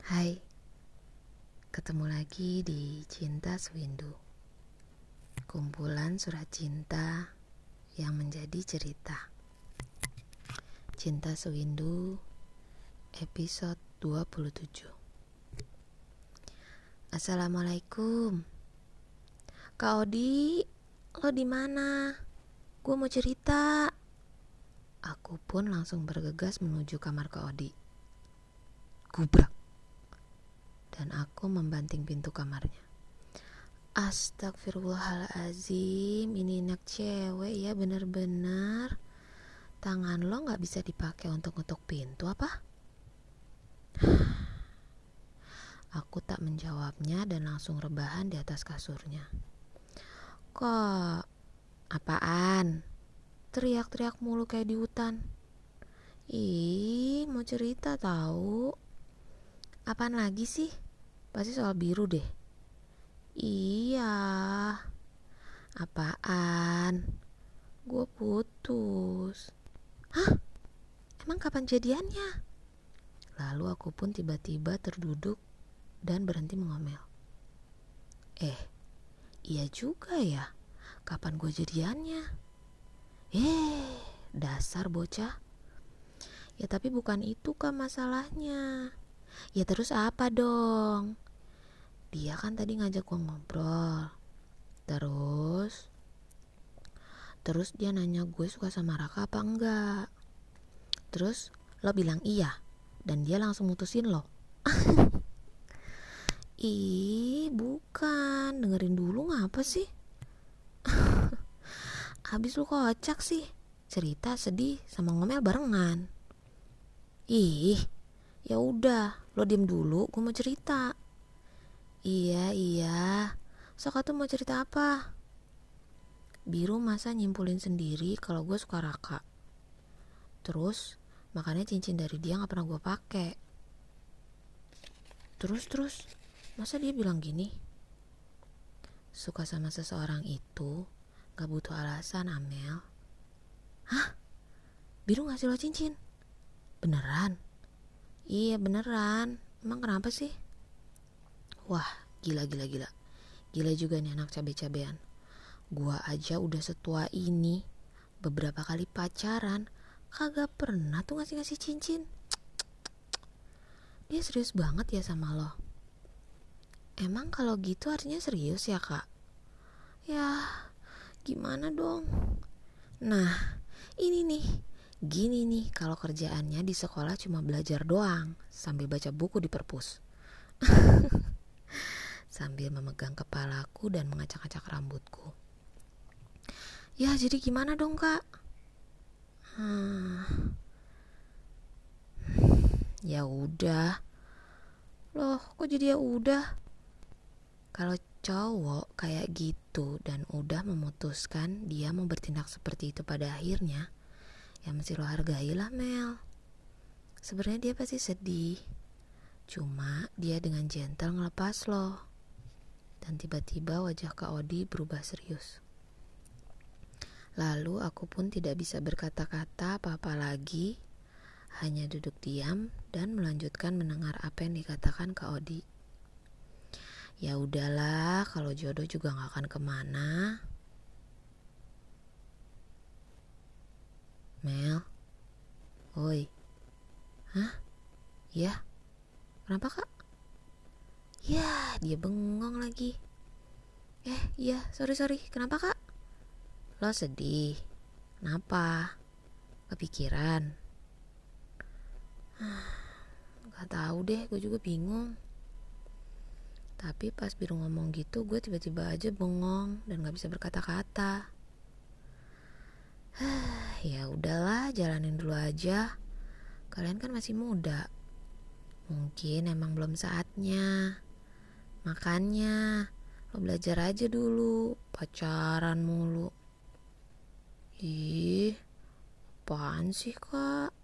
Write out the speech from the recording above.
Hai, ketemu lagi di Cinta Sewindu, kumpulan surat cinta yang menjadi cerita. Cinta Sewindu, episode 27. Assalamualaikum. Kak Odi, lo di mana? Gue mau cerita. Aku pun langsung bergegas menuju kamar Kak Odi. Gubrak. Dan aku membanting pintu kamarnya. Astagfirullahalazim, ini anak cewek ya bener-bener. Tangan lo gak bisa dipakai untuk ngetuk pintu apa? Aku tak menjawabnya dan langsung rebahan di atas kasurnya. Kok, apaan? Teriak-teriak mulu kayak di hutan. Ih, mau cerita tahu? Apaan lagi sih? Pasti soal biru deh. Iya. Apaan? Gue putus. Hah? Emang kapan jadiannya? Lalu aku pun tiba-tiba terduduk dan berhenti mengomel. Iya juga ya. Kapan gue jadiannya? Dasar bocah. Ya tapi bukan itu kan masalahnya. Ya terus apa dong? Dia kan tadi ngajak gue ngobrol. Terus dia nanya gue suka sama Raka apa enggak. Terus lo bilang iya. Dan dia langsung mutusin lo. Ih, bukan. Dengerin dulu ngapa sih? Habis lu kocak sih. Cerita sedih sama ngomel barengan. Ih, ya udah, lo diem dulu, gue mau cerita. Iya. Sok atuh mau cerita apa? Biru masa nyimpulin sendiri kalau gue suka Raka. Terus makanya cincin dari dia nggak pernah gue pakai. Terus masa dia bilang gini? Suka sama seseorang itu gak butuh alasan, Amel. Hah? Biru ngasih lo cincin? Beneran? Iya beneran. Emang kenapa sih? Wah, gila. Gila juga nih anak cabe-cabean. Gua aja udah setua ini, beberapa kali pacaran, kagak pernah tuh ngasih cincin. Dia serius banget ya sama lo. Emang kalau gitu artinya serius ya, Kak? Ya, gimana dong? Nah, ini nih. Gini nih, kalau kerjaannya di sekolah cuma belajar doang, sambil baca buku di perpus. Sambil memegang kepalaku dan mengacak-acak rambutku. Ya, jadi gimana dong, Kak? Ya udah. Loh, kok jadi ya udah? Kalau cowok kayak gitu dan udah memutuskan dia mau bertindak seperti itu pada akhirnya, ya mesti lo hargailah, Mel. Sebenarnya dia pasti sedih. Cuma dia dengan gentle ngelepas lo. Dan tiba-tiba wajah Kak Odi berubah serius. Lalu aku pun tidak bisa berkata-kata apa-apa lagi, hanya duduk diam dan melanjutkan mendengar apa yang dikatakan Kak Odi. Ya udahlah, kalau jodoh juga gak akan kemana. Mel? Oi. Hah? Ya? Kenapa, Kak? Ya, dia bengong lagi. Iya, sorry. Kenapa, Kak? Lo sedih? Kenapa? Kepikiran? Gak tahu deh, gue juga bingung. Tapi pas Biru ngomong gitu, gue tiba-tiba aja bengong dan gak bisa berkata-kata. Ya udahlah, jalanin dulu aja. Kalian kan masih muda. Mungkin emang belum saatnya. Makanya lo belajar aja dulu, pacaran mulu. Ih, apaan sih, Kak?